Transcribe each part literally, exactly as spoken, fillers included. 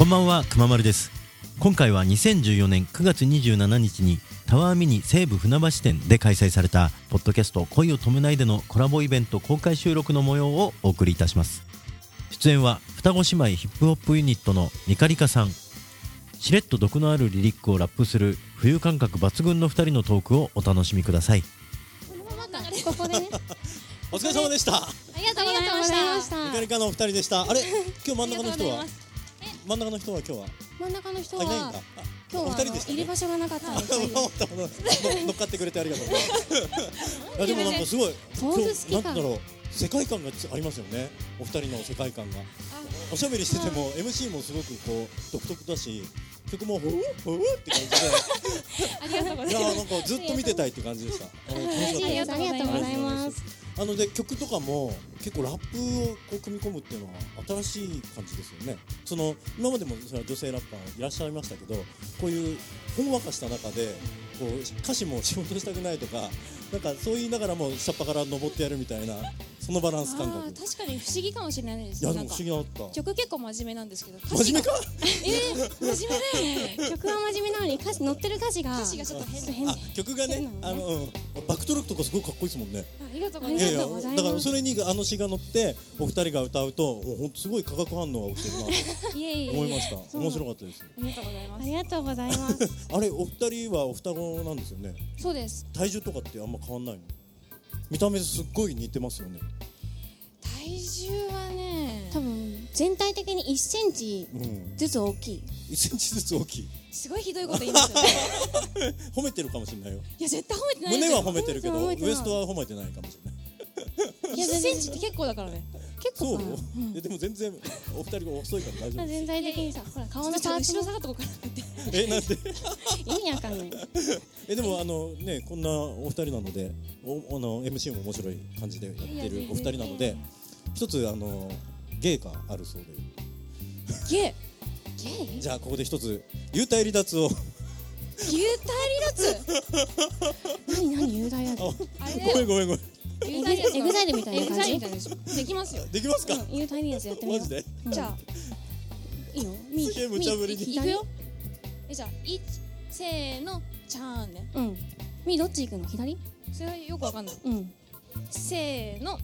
こんばんは、くままるです。今回はにせんじゅうよねんくがつにじゅうしちにちにタワーミニ西武船橋店で開催されたポッドキャスト恋を止めないでのコラボイベント公開収録の模様をお送りいたします。出演は双子姉妹ヒップホップユニットのミカリカさん、しれっと毒のあるリリックをラップする浮遊感覚抜群のふたりのトークをお楽しみください。 ここでねお疲れ様でした。 ありがとうございました。 ミカリカのお二人でした。あれ、今日真ん中の人は真ん中の人は今日は真ん中の人あいないんはだ。 今日はお二人でしたね入れ場所がなかったんで乗っかってくれてありがとういやでもなんかすごいポーズ好きか今日なんだろう、世界観がありますよね。お二人の世界観がおしゃべりしてても エムシー もすごくこう独特だし、曲もふうふうって感じでありがとうございます。 いやなんかずっと見てたいって感じでした。あの楽しかったです。 ありがとうございます。 あので曲とかも結構ラップをこう組み込むっていうのは新しい感じですよね。その今までもそれは女性ラッパーいらっしゃいましたけど、こういうほんわかした中でこう歌詞も仕事したくないとか、なんかそう言いながらも下っ端から登ってやるみたいな、そのバランス感覚。 あ確かに不思議かもしれないです。 いやでも不思議だった。 曲結構真面目なんですけど、 真面目かえー、真面目だよね。 曲は真面目なのに歌詞乗ってる歌詞が歌詞がちょっと変変あ曲がね、あの、うん、バックトラックとかすごいかっこいいですもんね。 ありがとうごありざいます。 いやいやがとうございます。 だからそれにあの詩が乗ってお二人が歌うと、もうほんとすごい化学反応が起きてるなといえいえ思いました。面白かったです。 ありがとうございます。 ありがとうございますあれ、お二人はお双子なんですよね。 そうです。 体重とかってあんま変わんないの？見た目すっごい似てますよね。 体重はね、 多分全体的にいっセンチうんずつ大きい。 いっセンチずつ大きい。 すごいひどいこと言いますよね。 褒めてるかもしれないよ。 いや絶対褒めてないです胸よ。 は褒めてるけどウ褒めてないエストは褒めてないかもしれない。 いやいちセンチって結構だからね。 そう結構かな。？ いやでも全然お二人が遅いから大丈夫です。 全体的にさ、ほら顔のちょっとパーツも後ろ下がっとこうかなって。 え、なんで意味わかんない。 え、でもあのね、こんなお二人なので、おあの エムシー も面白い感じでやってるお二人なので、一つあの芸があるそうで、 ゲゲイ？ じゃあここで一つ幽体離脱をー、幽体離脱。 何何雄大だと。 あれだごめんよ。 ごめんごめん。 幽体離脱。 エグザイルみたいなエグ感じザイルみたいなでしょ。できますよ。 できますか？ 雄大にやつやってみよう。 マジで？ じゃあいいよ。みすげえ無茶ぶりにいくよ。えじゃあいちせーのチャーンね。 うん。みどっち行くの？左？ それはよくわかんない。 うん。 せーの。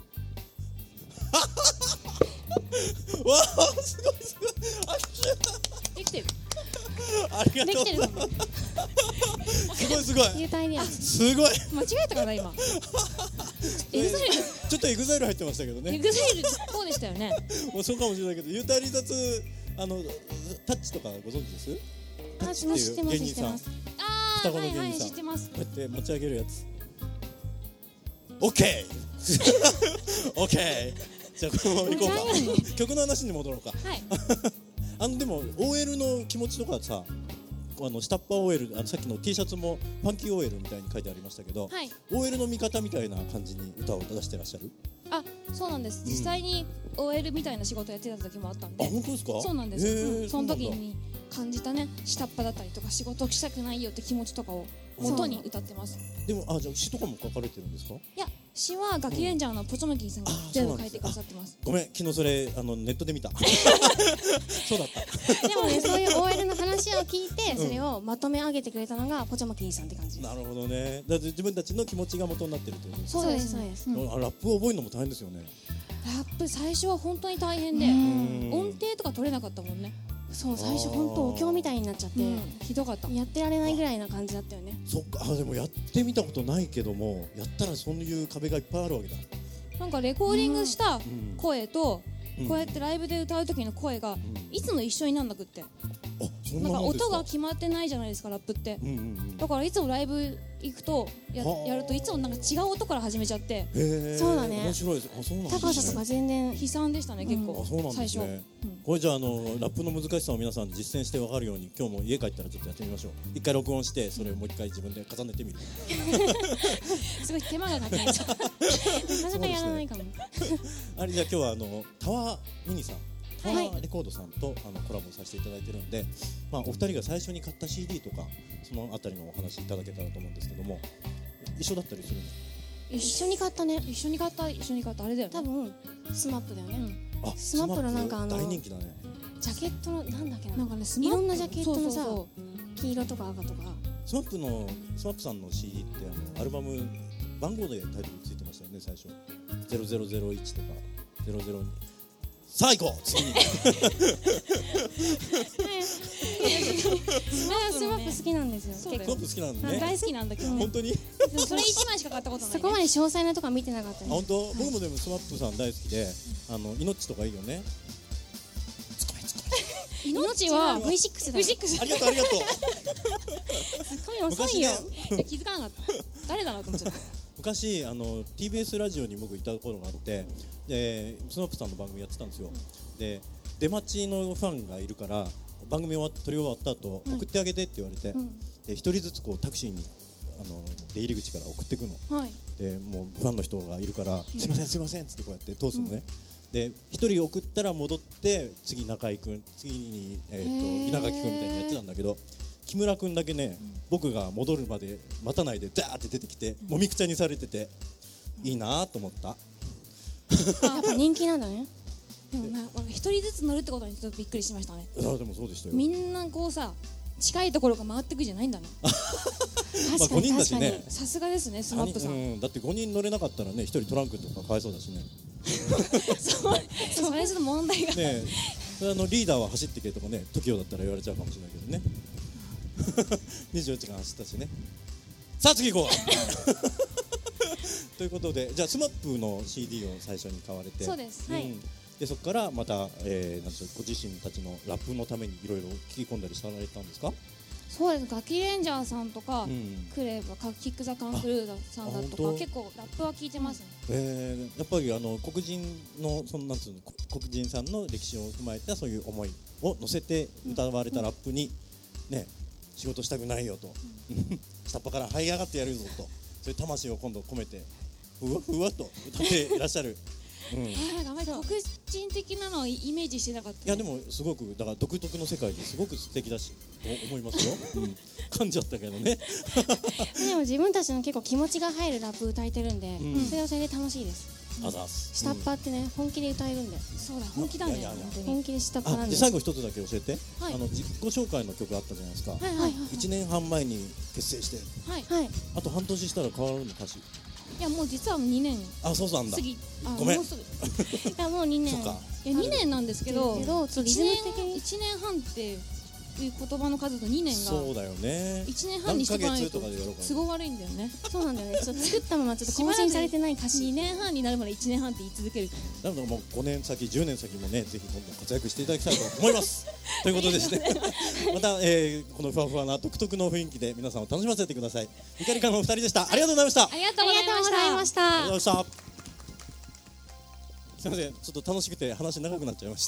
わあ、すごいすごい。 できてる。 ありがとう。 できてるかも。 すごいすごい。 雄大にやつ。 すごい。 間違えたかな今。エグザイル。 ちょっとエグザイル入ってましたけどね。 エグザイルこうでしたよね。 もうそうかもしれないけど、幽体離脱あのタッチとかご存知です？タッチっていう芸人さん。こあ双子あはいはいの芸人さん知ってます。 うやって持ち上げるやつ。オッケー。オッケー。じゃあこのまま行こうか。曲の話に戻ろうか。 はい。 あのでも オーエル の気持ちとかさ、あの下っ端 オーエル、あのさっきの T シャツもファンキー オーエル みたいに書いてありましたけど、 はい。 オーエル の味方みたいな感じに歌を出してらっしゃる？ あそうなんです。実際に オーエル みたいな仕事やってた時もあったんあ、 で。 本当ですか？ そうなんですよ。 へーうんその時そうなんだに感じたね下っ端だったりとか仕事したくないよって気持ちとかを元に歌ってます。 でもあ、じゃあ詩とかも書かれてるんですか？ いや詩はガキレンジャーのポチョムキンさんが全部書いてくださってます。 ごめん、昨日それあのネットで見た。そうだった。 でもね、そういう オーエル の話を聞いて、それをまとめ上げてくれたのがポチョマキンさんって感じ。 なるほどね。だって自分たちの気持ちが元になってるってことですか？ そうですそうです。 うんあ、ラップを覚えるのも大変ですよね。 ラップ最初は本当に大変でうん音程とか取れなかったもんね。 そう、最初本当お経みたいになっちゃって、 うんひどかった。 やってられないぐらいな感じだったよね。 そっか。あ、でもやってみたことないけども、やったらそういう壁がいっぱいあるわけだ。 なんかレコーディングしたうん声とうんこうやってライブで歌う時の声がんいつも一緒になんなくって、 あ、そんなかなんもんですか？ 音が決まってないじゃないですかラップって。 うんうんうん。 だからいつもライブ行くとやはあやるといつもなんか違う音から始めちゃってへえ。 そうだね面白いです。あ、そうなんですね。 高さとか全然。 悲惨でしたね結あ、 構そうなんです最初。 ね。 うんこれじゃあ、あのラップの難しさを皆さん実践して分かるように、今日も家帰ったらちょっとやってみましょう。一回録音してそれをもう一回自分で重ねてみる。 すごい手間がかかるんですよ。 なかなかやらないかも。 あれ、じゃあ今日はあのタワーミニさん、タワはいーレコードさんとあのコラボさせていただいてるんで、まあお二人が最初に買った シーディー とかそのあたりのお話いただけたらと思うんですけども、一緒だったりするんですか？ 一緒に買ったね。 一緒に買った一緒に買ったあれだよね。 多分スマップだよね。 うんあ、 スマップのなんかあの大人気だね。 ジャケットのなんだっけな、 なんかねいろんなジャケットのさそうそうそう黄色とか赤とか。 スマップのスマップさんの シーディー ってあのアルバム番号でタイトルついてましたよね最初。ゼロゼロゼロいちとかゼロゼロに。さあ行こう次に。 スマップ好きなんですよ。 そうだよスマップ好きなんだね。 大好きなんだけどね本当に？ それいちまいしか買ったことない、ね、 そこまで詳細なとか見てなかったあ、 ね。 本当？僕もでもスマップさん大好きで、あの命とかいいよね。 命は ブイシックス だよ。 ブイシックスありがとうありがとう。 ツッコミ遅いよ。 いや気づかなかった誰だなと思っちゃった昔あの ティービーエス ラジオに僕いた頃があって、でスマップさんの番組やってたんですよ。で出待ちのファンがいるから番組終わって撮り終わった後、 うん送ってあげてって言われて、 うんで一人ずつこうタクシーにあの出入り口から送っていくの。 はい。 でもうファンの人がいるから「すいませんすいません」っつってこうやって通すのね。で一人送ったら戻って次中居君次に、えー、と稲垣君みたいにやってたんだけど、木村君だけね、僕が戻るまで待たないでダーって出てきて、もみくちゃにされてていいなと思った。 やっぱ人気なんだね。 でもな、一人ずつ乗るってことにちょっとびっくりしましたね。 あでもそうでしたよ。 みんなこうさ近いところが回ってくじゃないんだね。 まあ確かごにんだに確かにしね。 さすがですねスマップさん、 うん、だってごにん乗れなかったらね、ひとりトランクとかかわいそうだしね。 それちょっと問題がねえ、それあのリーダーは走ってけとかね、TOKIO だったら言われちゃうかもしれないけどね。にじゅうよじかん走ったしね。さあ次行こう。ということで、じゃあスマップの シーディー を最初に買われて、 そうです。 うんはい。 でそこからまた、えー、なんでしょう、ご自身たちのラップのためにいろいろ聞き込んだりされたんですか？ そうです。ガキレンジャーさんとか、 うんクレーバーキックザカンクルーザーさんだとあ本当か結構ラップは聞いてますね。 えー、やっぱりあの黒人のそのなんつうのこ黒人さんの歴史を踏まえたそういう思いを乗せて歌われたラップに、ね、仕事したくないよと、下っ端から這い上がってやるぞと、そういう魂を今度込めてふわふわと歌っていらっしゃる。うん、いああんまり黒人的なのをイメージしてなかった、ね。 やでもすごくだから独特の世界ですごく素敵だしと思いますよ。うん、噛んじゃったけどね。 でも自分たちの結構気持ちが入るラップ歌えてるんで、 うんそれはそれで楽しいです。 あざーす。 下っ端ってね、本気で歌えるんで、 そうだ本気だねいやいやいや本当に。 本気で下っ端あでなんで。 最後一つだけ教えて、 はいあの自己紹介の曲あったじゃないですか。 はいはいいちねんはん前に結成してはい。 はい。 あと半年したら変わるの歌詞。 いやもう実はにねんあ、そうなんだ。 過ぎあごめんもうすぐいやもうにねん。 そっか。 いやにねんなんですけどけどちょっとリズム的にいちねんはんっていう言葉の数とにねんがそうだよね。 いちねんはんにしておかないと何ヶ月とかでやろうかな都合悪いんだよね。 そうなんだよね。ちょっと作ったままちょっと更新されてない歌詞。 にねんはんになるまでいちねんはんって言い続ける。 なのでもうごねん先、じゅうねん先もね、ぜひ今度活躍していただきたいと思います。ということですね。また、えー、このふわふわな独特の雰囲気で皆さんを楽しませてください。ミカリカのお二人でした。ありがとうございました。 ありがとうありがとうございましありがとうた。 ございました。すみません、ちょっと楽しくて話長くなっちゃいました。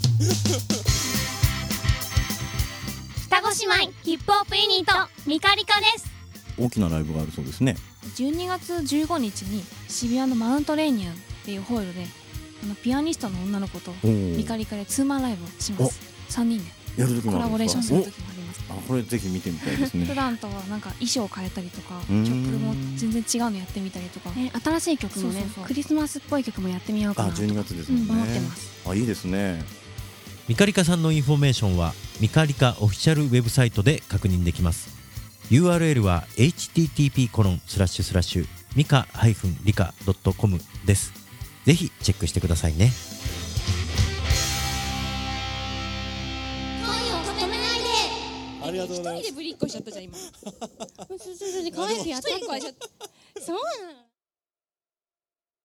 双子姉妹ヒップホップユニットミカリカです。 大きなライブがあるそうですね。 じゅうにがつじゅうごにちに渋谷のマウントレーニアンっていうホールであのピアニストの女の子とミカリカでツーマンライブをします。さんにんでやる時もコラボレーあるんですか？ ションする時もあります。 おあ、これぜひ見てみたいですね。 普段とはなんか衣装を変えたりとかうーん曲も全然違うのやってみたりとか、 ね、新しい曲もねそうそうそうクリスマスっぽい曲もやってみようかあ、 なとじゅうにがつですもんね。 思ってます。 あ、いいですね。 ミカリカさんのインフォメーションはミカリカオフィシャルウェブサイトで確認できます。 ユーアールエル は エイチティーティーピーコロンスラッシュスラッシュミカリカドットコム です。ぜひチェックしてくださいね。 恋を止めないで。 ありがとうございます。 一人でぶりっこしちゃったじゃん今。 そうそうそうそう可愛くやったって。 一人でこうやっちゃった。 そうなの。